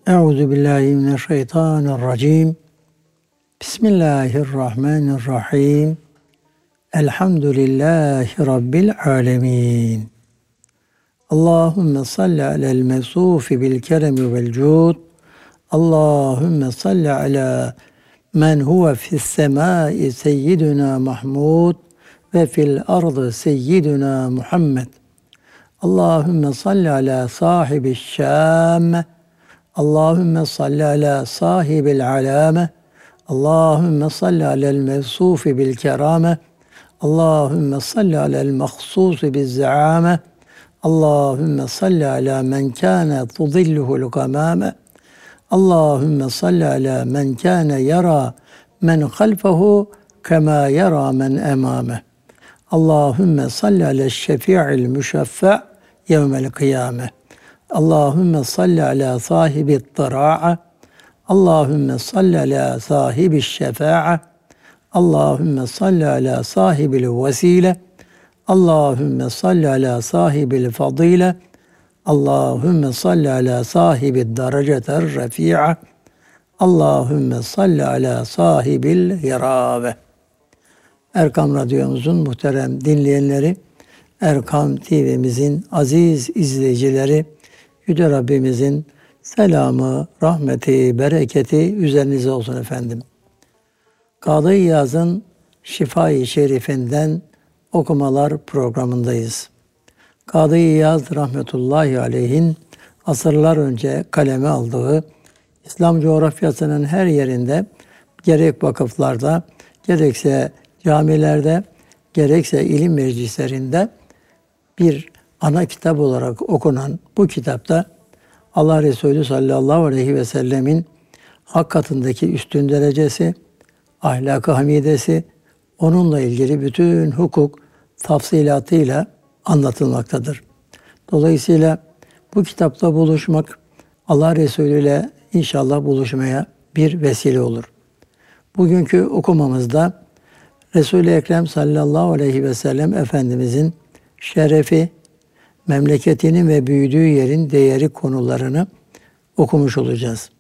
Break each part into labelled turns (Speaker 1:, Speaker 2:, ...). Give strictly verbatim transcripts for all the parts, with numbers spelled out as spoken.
Speaker 1: Euzu billahi mineşşeytanirracim. Bismillahirrahmanirrahim. Elhamdülillahi Rabbil alemin. Allahümme salli alel mevsufi bil keremi vel cud. Allahümme salli ala men huve fis semai seyyiduna Mahmud ve fil ardı seyyiduna Muhammed. Allahümme salli ala sahibi şâmme. Allahümme salli ala sahibil alame. Allahümme salli alel mevsufi bil kerame. Allahümme salli alel mahsusi bil zaame. Allahümme salli ala men kâne tudilluhul gamâme. Allahümme salli ala men kâne yara men halfehu kema yara men emâme. Allahümme salli ala şefi'il müşeffe' yevmel kıyame. Allahümme salli ala sahibi ttara'a. Allahümme salli ala sahibi şefa'a. Allahümme salli ala sahibil vesile. Allahümme salli ala sahibil fadile. Allahümme salli ala sahibi dereceter refi'a. Allahümme salli ala sahibil hirave. Erkam Radyomuzun muhterem dinleyenleri, Erkam T V'mizin aziz izleyicileri, Yüce Rabbimizin selamı, rahmeti, bereketi üzerinize olsun efendim. Kadı İyaz'ın Şifa-i Şerifinden okumalar programındayız. Kadı İyaz rahmetullahi aleyhin asırlar önce kaleme aldığı İslam coğrafyasının her yerinde gerek vakıflarda, gerekse camilerde, gerekse ilim meclislerinde bir ana kitap olarak okunan bu kitapta Allah Resulü sallallahu aleyhi ve sellemin hak katındaki üstün derecesi, ahlak-ı hamidesi, onunla ilgili bütün hukuk tafsilatıyla anlatılmaktadır. Dolayısıyla bu kitapta buluşmak Allah Resulü ile inşallah buluşmaya bir vesile olur. Bugünkü okumamızda Resul-i Ekrem sallallahu aleyhi ve sellem Efendimizin şerefi, memleketinin ve büyüdüğü yerin değeri konularını okumuş olacağız.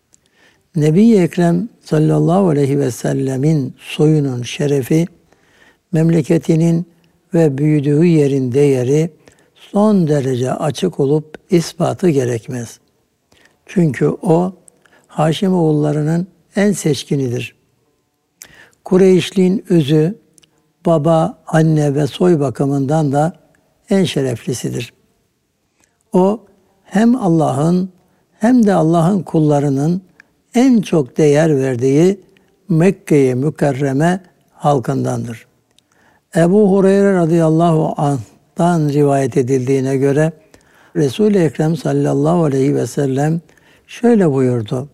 Speaker 1: Nebi-i Ekrem sallallahu aleyhi ve sellemin soyunun şerefi, memleketinin ve büyüdüğü yerin değeri son derece açık olup ispatı gerekmez. Çünkü o Haşimoğullarının en seçkinidir. Kureyşliğin özü, baba, anne ve soy bakımından da en şereflisidir. O hem Allah'ın hem de Allah'ın kullarının en çok değer verdiği Mekke-i Mükerreme halkındandır. Ebu Hureyre radıyallahu anh'tan rivayet edildiğine göre Resul-i Ekrem sallallahu aleyhi ve sellem şöyle buyurdu.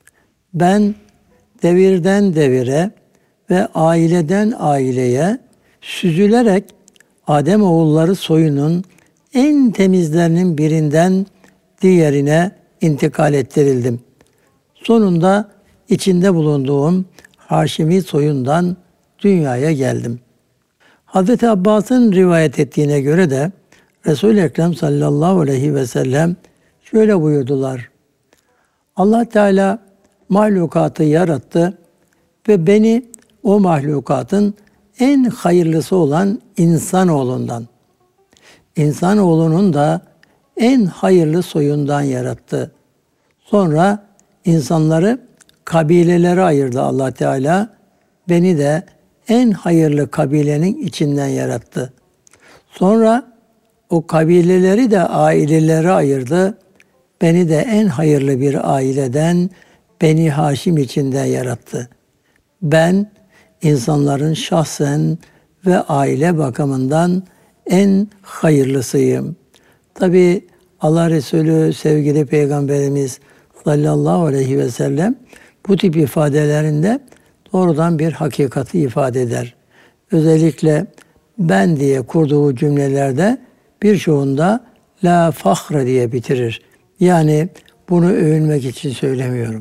Speaker 1: Ben devirden devire ve aileden aileye süzülerek Ademoğulları soyunun en temizlerinin birinden diğerine intikal ettirildim. Sonunda içinde bulunduğum Haşimi soyundan dünyaya geldim. Hazreti Abbas'ın rivayet ettiğine göre de Resul-i Ekrem sallallahu aleyhi ve sellem şöyle buyurdular. Allah Teala mahlukatı yarattı ve beni o mahlukatın en hayırlısı olan insanoğlundan, insanoğlunun da en hayırlı soyundan yarattı. Sonra insanları kabilelere ayırdı Allah Teala. Beni de en hayırlı kabilenin içinden yarattı. Sonra o kabileleri de ailelere ayırdı. Beni de en hayırlı bir aileden, Beni Haşim içinden yarattı. Ben insanların şahsen ve aile bakımından en hayırlısıyım. Tabi Allah Resulü sevgili Peygamberimiz sallallahu aleyhi ve sellem bu tip ifadelerinde doğrudan bir hakikati ifade eder. Özellikle ben diye kurduğu cümlelerde birçoğunda la fahre diye bitirir. Yani bunu övünmek için söylemiyorum.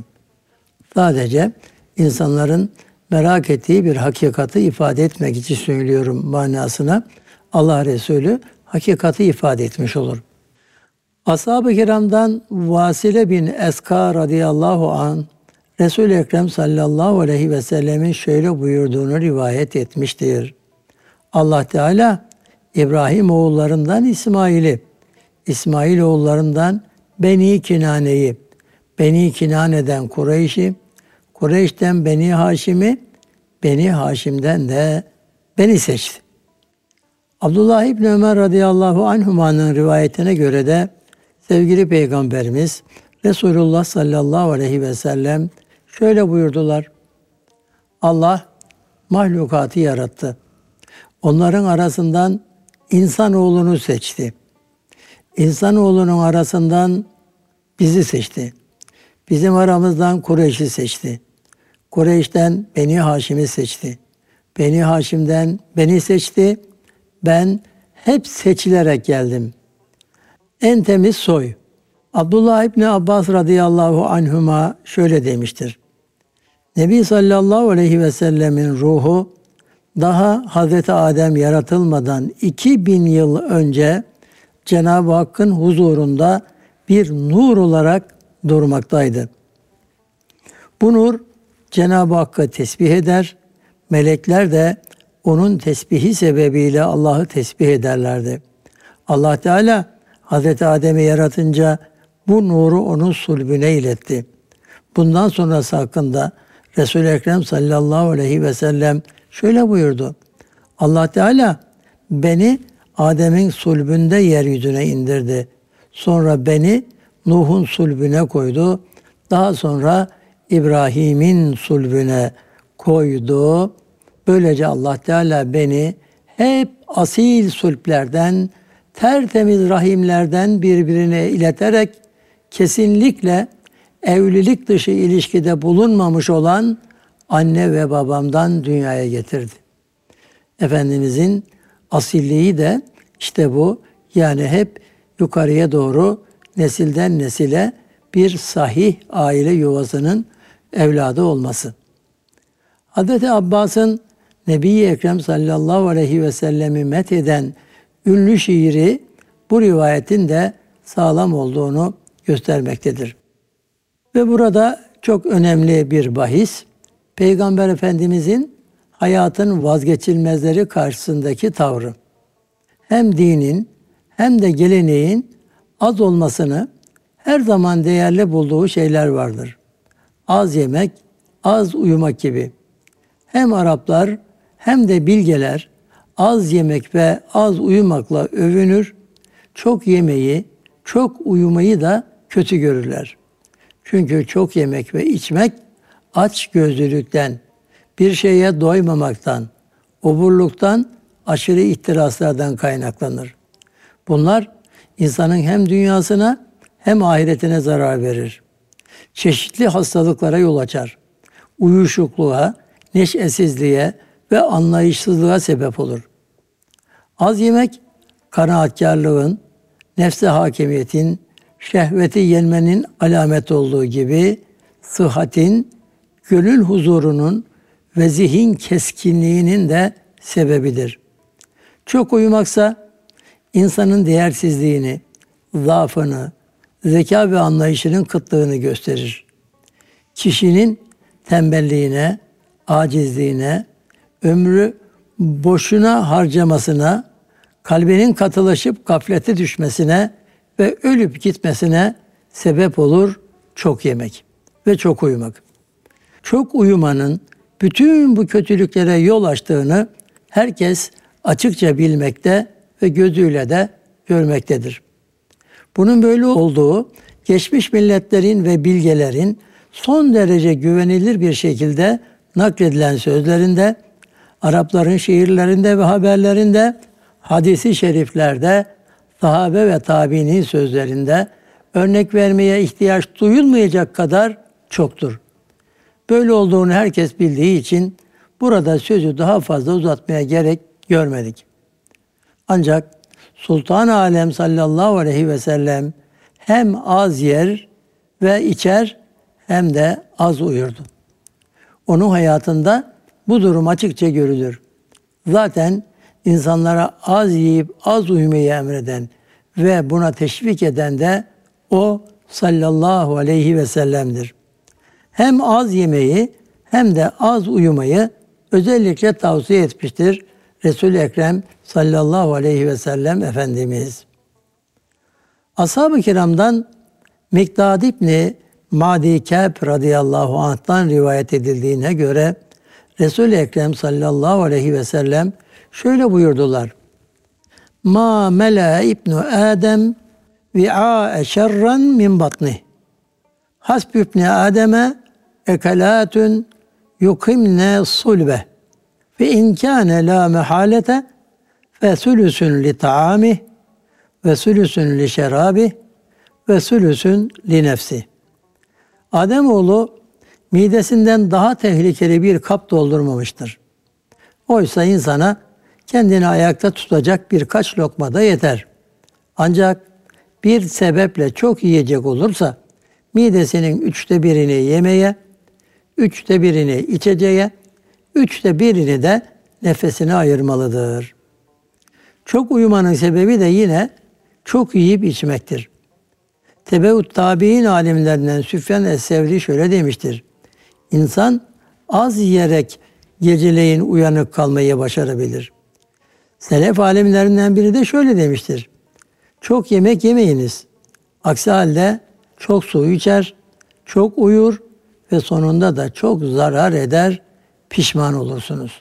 Speaker 1: Sadece insanların merak ettiği bir hakikati ifade etmek için söylüyorum manasına Allah Resulü hakikati ifade etmiş olur. Ashab-ı kiramdan Vasile bin Eska radıyallahu anh, Resul-i Ekrem sallallahu aleyhi ve sellemin şöyle buyurduğunu rivayet etmiştir. Allah Teala İbrahim oğullarından İsmail'i, İsmail oğullarından Beni Kinane'yi, Beni Kinane'den Kureyş'i, Kureyş'ten Beni Haşim'i, Beni Haşim'den de beni seçti. Abdullah İbni Ömer radıyallahu anhuma'nın rivayetine göre de sevgili Peygamberimiz Resulullah sallallahu aleyhi ve sellem şöyle buyurdular. Allah mahlukatı yarattı. Onların arasından insanoğlunu seçti. İnsanoğlunun arasından bizi seçti. Bizim aramızdan Kureyş'i seçti. Kureyş'ten Beni Haşim'i seçti. Beni Haşim'den beni seçti. Ben hep seçilerek geldim. En temiz soy. Abdullah İbni Abbas radıyallahu anhuma şöyle demiştir. Nebi sallallahu aleyhi ve sellemin ruhu daha Hazreti Adem yaratılmadan iki bin yıl önce Cenab-ı Hakk'ın huzurunda bir nur olarak durmaktaydı. Bu nur Cenab-ı Hakk'ı tesbih eder, melekler de onun tesbihi sebebiyle Allah'ı tesbih ederlerdi. Allah Teala Hazreti Adem'i yaratınca bu nuru onun sulbüne iletti. Bundan sonrası hakkında Resul-i Ekrem sallallahu aleyhi ve sellem şöyle buyurdu. Allah Teala beni Adem'in sulbünde yeryüzüne indirdi. Sonra beni Nuh'un sulbüne koydu. Daha sonra İbrahim'in sulbüne koydu. Böylece Allah Teala beni hep asil sulplerden, tertemiz rahimlerden birbirine ileterek kesinlikle evlilik dışı ilişkide bulunmamış olan anne ve babamdan dünyaya getirdi. Efendimizin asilliği de işte bu. Yani hep yukarıya doğru nesilden nesile bir sahih aile yuvasının evladı olması. Hazreti Abbas'ın Nebi-i Ekrem sallallahu aleyhi ve sellemi metheden ünlü şiiri bu rivayetin de sağlam olduğunu göstermektedir. Ve burada çok önemli bir bahis, Peygamber Efendimizin hayatın vazgeçilmezleri karşısındaki tavrı. Hem dinin hem de geleneğin az olmasını her zaman değerli bulduğu şeyler vardır. Az yemek, az uyumak gibi. Hem Araplar hem de bilgeler az yemek ve az uyumakla övünür, çok yemeyi, çok uyumayı da kötü görürler. Çünkü çok yemek ve içmek aç gözlülükten, bir şeye doymamaktan, oburluktan, aşırı ihtiraslardan kaynaklanır. Bunlar insanın hem dünyasına hem ahiretine zarar verir. Çeşitli hastalıklara yol açar. Uyuşukluğa, neşesizliğe ve anlayışsızlığa sebep olur. Az yemek, kanaatkarlığın, nefse hakimiyetin, şehveti yenmenin alamet olduğu gibi sıhhatin, gönül huzurunun ve zihin keskinliğinin de sebebidir. Çok uyumaksa insanın değersizliğini, zaafını, zeka ve anlayışının kıtlığını gösterir. Kişinin tembelliğine, acizliğine, ömrü boşuna harcamasına, kalbinin katılaşıp gaflete düşmesine ve ölüp gitmesine sebep olur çok yemek ve çok uyumak. Çok uyumanın bütün bu kötülüklere yol açtığını herkes açıkça bilmekte ve gözüyle de görmektedir. Bunun böyle olduğu geçmiş milletlerin ve bilgelerin son derece güvenilir bir şekilde nakledilen sözlerinde, Arapların şiirlerinde ve haberlerinde, hadisi şeriflerde, sahabe ve tabiinin sözlerinde örnek vermeye ihtiyaç duyulmayacak kadar çoktur. Böyle olduğunu herkes bildiği için burada sözü daha fazla uzatmaya gerek görmedik. Ancak Sultan-ı Alem sallallahu aleyhi ve sellem hem az yer ve içer hem de az uyurdu. Onun hayatında bu durum açıkça görülür. Zaten insanlara az yiyip az uyumayı emreden ve buna teşvik eden de o sallallahu aleyhi ve sellem'dir. Hem az yemeği hem de az uyumayı özellikle tavsiye etmiştir Resul-i Ekrem sallallahu aleyhi ve sellem Efendimiz. Ashab-ı kiramdan Mikdad İbni Madi Kâb radıyallahu anh'tan rivayet edildiğine göre Resul-i Ekrem sallallahu aleyhi ve sellem şöyle buyurdular. Ma mela ibnu Adem vi'a şerran min batni. Hasbi ibni Adem'e ekalatun yukimne sulbe. Ve in kâne la mehalete fe sülüsün li taamih ve sülüsün li şerabih ve sülüsün li nefsi. Ademoğlu midesinden daha tehlikeli bir kap doldurmamıştır. Oysa insana kendini ayakta tutacak birkaç lokma da yeter. Ancak bir sebeple çok yiyecek olursa midesinin üçte birini yemeye, üçte birini içeceğe, üçte birini de nefesine ayırmalıdır. Çok uyumanın sebebi de yine çok yiyip içmektir. Tebeut tabi'in alimlerinden Süfyan es-Sevri şöyle demiştir. İnsan az yiyerek geceleyin uyanık kalmayı başarabilir. Selef alimlerinden biri de şöyle demiştir. Çok yemek yemeyiniz. Aksi halde çok su içer, çok uyur ve sonunda da çok zarar eder, pişman olursunuz.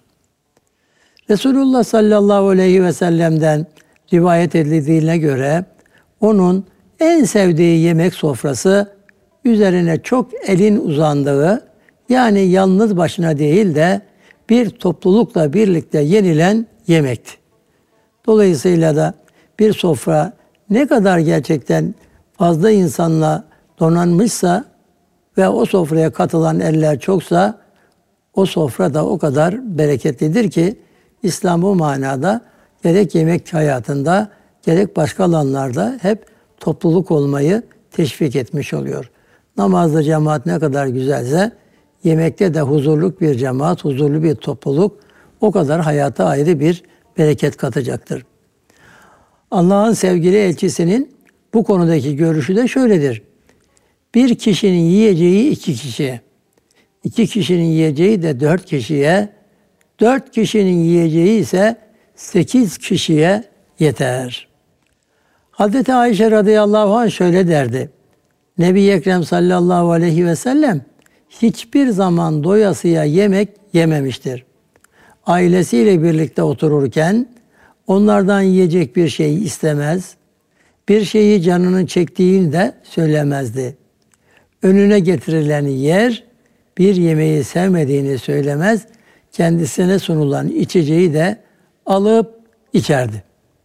Speaker 1: Resulullah sallallahu aleyhi ve sellem'den rivayet edildiğine göre onun en sevdiği yemek sofrası üzerine çok elin uzandığı, yani yalnız başına değil de bir toplulukla birlikte yenilen yemekti. Dolayısıyla da bir sofra ne kadar gerçekten fazla insanla donanmışsa ve o sofraya katılan eller çoksa o sofra da o kadar bereketlidir ki İslam bu manada gerek yemek hayatında gerek başka alanlarda hep topluluk olmayı teşvik etmiş oluyor. Namazda cemaat ne kadar güzelse yemekte de huzurlu bir cemaat, huzurlu bir topluluk o kadar hayata ayrı bir bereket katacaktır. Allah'ın sevgili elçisinin bu konudaki görüşü de şöyledir. Bir kişinin yiyeceği iki kişiye, iki kişinin yiyeceği de dört kişiye, dört kişinin yiyeceği ise sekiz kişiye yeter. Hazreti Ayşe radıyallahu anh şöyle derdi. Nebi Ekrem sallallahu aleyhi ve sellem hiçbir zaman doyasıya yemek yememiştir. Ailesiyle birlikte otururken onlardan yiyecek bir şey istemez, bir şeyi canının çektiğini de söylemezdi. Önüne getirileni yer, bir yemeği sevmediğini söylemez, kendisine sunulan içeceği de alıp içerdi.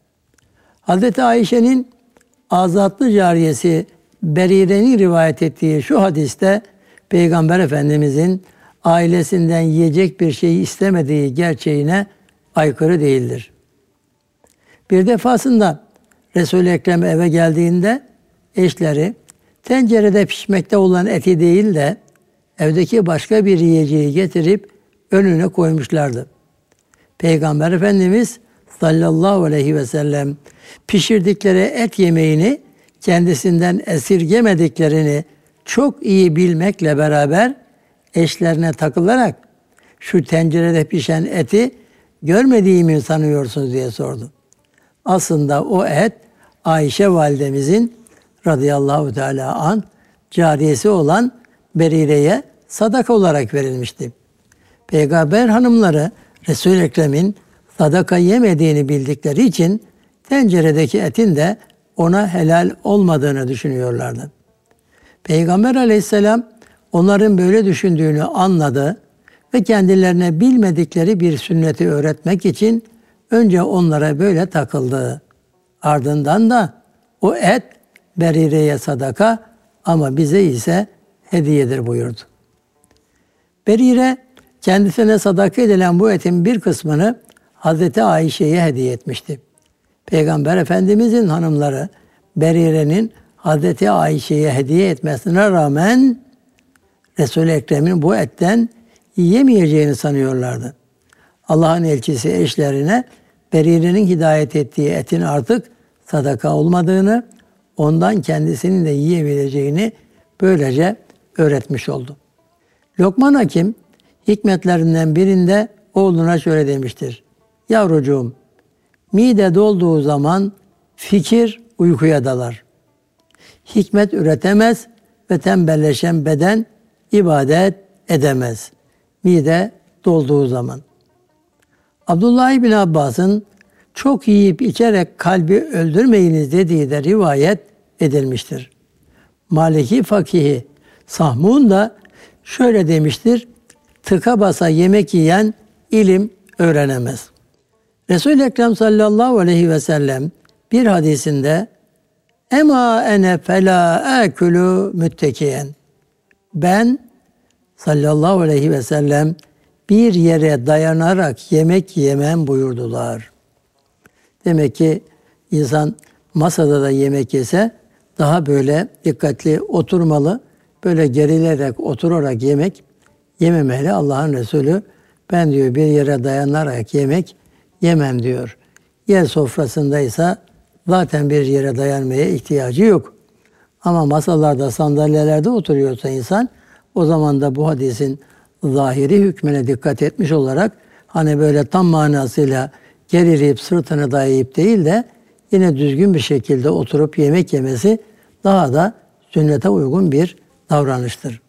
Speaker 1: Hazreti Ayşe'nin azatlı cariyesi Berire'nin rivayet ettiği şu hadiste Peygamber Efendimizin ailesinden yiyecek bir şeyi istemediği gerçeğine aykırı değildir. Bir defasında Resul-i Ekrem eve geldiğinde eşleri tencerede pişmekte olan eti değil de evdeki başka bir yiyeceği getirip önüne koymuşlardı. Peygamber Efendimiz sallallahu aleyhi ve sellem pişirdikleri et yemeğini kendisinden esirgemediklerini çok iyi bilmekle beraber eşlerine takılarak şu tencerede pişen eti görmediğimi sanıyorsunuz diye sordu. Aslında o et Ayşe validemizin radıyallahu teala an cariyesi olan Berire'ye sadaka olarak verilmişti. Peygamber hanımları Resul-i Ekrem'in sadaka yemediğini bildikleri için tenceredeki etin de ona helal olmadığını düşünüyorlardı. Peygamber aleyhisselam onların böyle düşündüğünü anladı ve kendilerine bilmedikleri bir sünneti öğretmek için önce onlara böyle takıldı. Ardından da o et Berire'ye sadaka ama bize ise hediyedir buyurdu. Berire kendisine sadaka edilen bu etin bir kısmını Hazreti Ayşe'ye hediye etmişti. Peygamber Efendimizin hanımları Berire'nin Hazreti Ayşe'ye hediye etmesine rağmen Resul-i Ekrem'in bu etten yiyemeyeceğini sanıyorlardı. Allah'ın elçisi eşlerine Berire'nin hidayet ettiği etin artık sadaka olmadığını, ondan kendisinin de yiyebileceğini böylece öğretmiş oldu. Lokman Hakim hikmetlerinden birinde oğluna şöyle demiştir. Yavrucuğum, mide dolduğu zaman fikir uykuya dalar. Hikmet üretemez ve tembelleşen beden ibadet edemez. Mide dolduğu zaman. Abdullah bin Abbas'ın çok yiyip içerek kalbi öldürmeyiniz dediği de rivayet edilmiştir. Maliki fakihi Sahmun da şöyle demiştir. Tıka basa yemek yiyen ilim öğrenemez. Resul-i Ekrem sallallahu aleyhi ve sellem bir hadisinde Ema ene fela ekülü müttekiyen. Ben sallallahu aleyhi ve sellem bir yere dayanarak yemek yemem buyurdular. Demek ki insan masada da yemek yese daha böyle dikkatli oturmalı. Böyle gerilerek, oturarak yemek yememeli. Allah'ın Resulü ben diyor bir yere dayanarak yemek yemem diyor. Yer sofrasındaysa zaten bir yere dayanmaya ihtiyacı yok. Ama masalarda, sandalyelerde oturuyorsa insan o zaman da bu hadisin zahiri hükmüne dikkat etmiş olarak hani böyle tam manasıyla gerileyip sırtını dayayıp değil de yine düzgün bir şekilde oturup yemek yemesi daha da sünnete uygun bir davranıştır.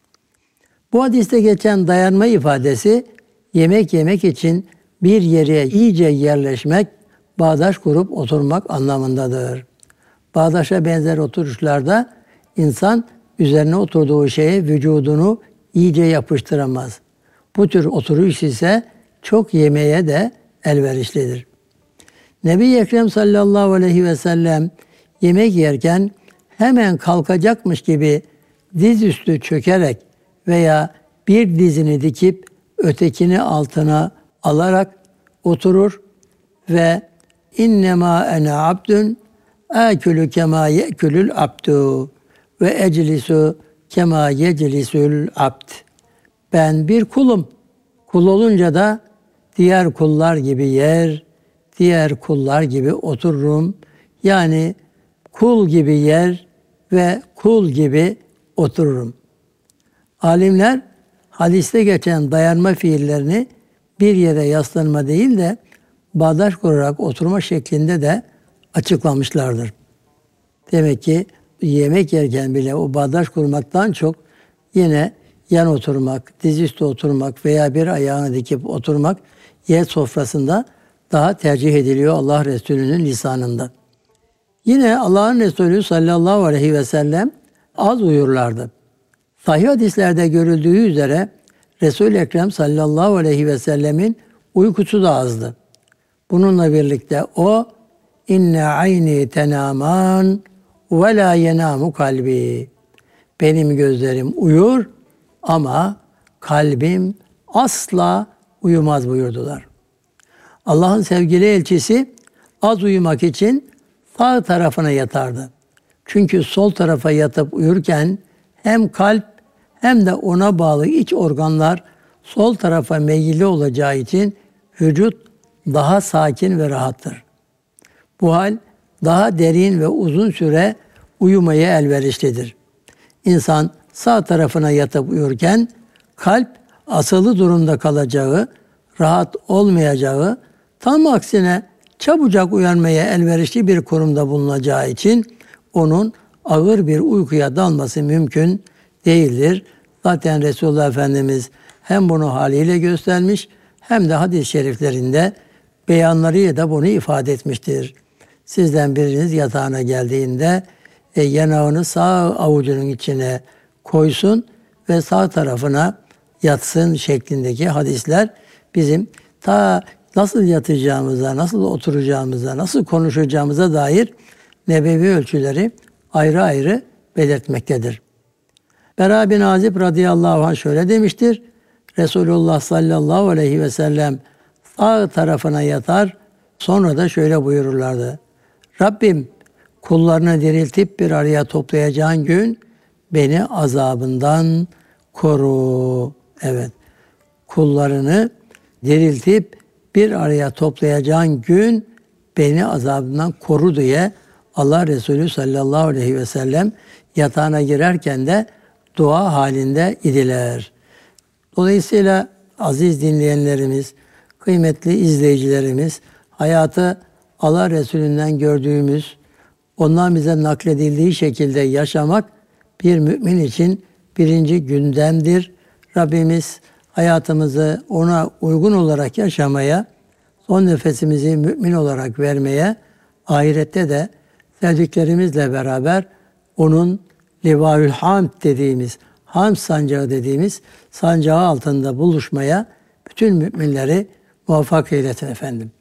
Speaker 1: Bu hadiste geçen dayanma ifadesi yemek yemek için bir yere iyice yerleşmek, bağdaş kurup oturmak anlamındadır. Bağdaşa benzer oturuşlarda insan üzerine oturduğu şeye vücudunu iyice yapıştıramaz. Bu tür oturuş ise çok yemeye de elverişlidir. Nebi Ekrem sallallahu aleyhi ve sellem yemek yerken hemen kalkacakmış gibi dizüstü çökerek veya bir dizini dikip ötekini altına alarak oturur ve innema ene abdün akülü kema ye'külül abdu ve eclisu kema yeclisül abd. Ben bir kulum. Kul olunca da diğer kullar gibi yer, diğer kullar gibi otururum. Yani kul gibi yer ve kul gibi otururum. Alimler hadiste geçen dayanma fiillerini bir yere yaslanma değil de bağdaş kurarak oturma şeklinde de açıklamışlardır. Demek ki yemek yerken bile o bağdaş kurmaktan çok yine yan oturmak, dizüstü oturmak veya bir ayağını dikip oturmak yer sofrasında daha tercih ediliyor Allah Resulü'nün lisanında. Yine Allah'ın Resulü sallallahu aleyhi ve sellem az uyurlardı. Sahih hadislerde görüldüğü üzere Resul-i Ekrem sallallahu aleyhi ve sellemin uykusu da azdı. Bununla birlikte o inne ayni tenaman ve la yenamu kalbi. Benim gözlerim uyur ama kalbim asla uyumaz buyurdular. Allah'ın sevgili elçisi az uyumak için sağ tarafına yatardı. Çünkü sol tarafa yatıp uyurken hem kalp hem de ona bağlı iç organlar sol tarafa meyilli olacağı için vücut daha sakin ve rahattır. Bu hal daha derin ve uzun süre uyumaya elverişlidir. İnsan sağ tarafına yatıp uyurken kalp asılı durumda kalacağı, rahat olmayacağı, tam aksine çabucak uyanmaya elverişli bir konumda bulunacağı için onun ağır bir uykuya dalması mümkün değildir. Zaten Resulullah Efendimiz hem bunu haliyle göstermiş hem de hadis-i şeriflerinde beyanlarıyla da bunu ifade etmiştir. Sizden biriniz yatağına geldiğinde e, yanağını sağ avucunun içine koysun ve sağ tarafına yatsın şeklindeki hadisler bizim ta nasıl yatacağımıza, nasıl oturacağımıza, nasıl konuşacağımıza dair nebevi ölçüleri ayrı ayrı belirtmektedir. Bera bin Azib radıyallahu anh şöyle demiştir. Resulullah sallallahu aleyhi ve sellem sağ tarafına yatar, sonra da şöyle buyururlardı. Rabbim kullarını diriltip bir araya toplayacağın gün beni azabından koru. Evet, kullarını diriltip bir araya toplayacağın gün beni azabından koru diye Allah Resulü sallallahu aleyhi ve sellem yatağına girerken de dua halinde idiler. Dolayısıyla aziz dinleyenlerimiz, kıymetli izleyicilerimiz, hayatı Allah Resulü'nden gördüğümüz, ondan bize nakledildiği şekilde yaşamak bir mümin için birinci gündemdir. Rabbimiz hayatımızı ona uygun olarak yaşamaya, son nefesimizi mümin olarak vermeye, ahirette de sevdiklerimizle beraber onun Livaül Hamd dediğimiz, Hamd sancağı dediğimiz sancağı altında buluşmaya bütün müminleri muvaffak eylesin efendim.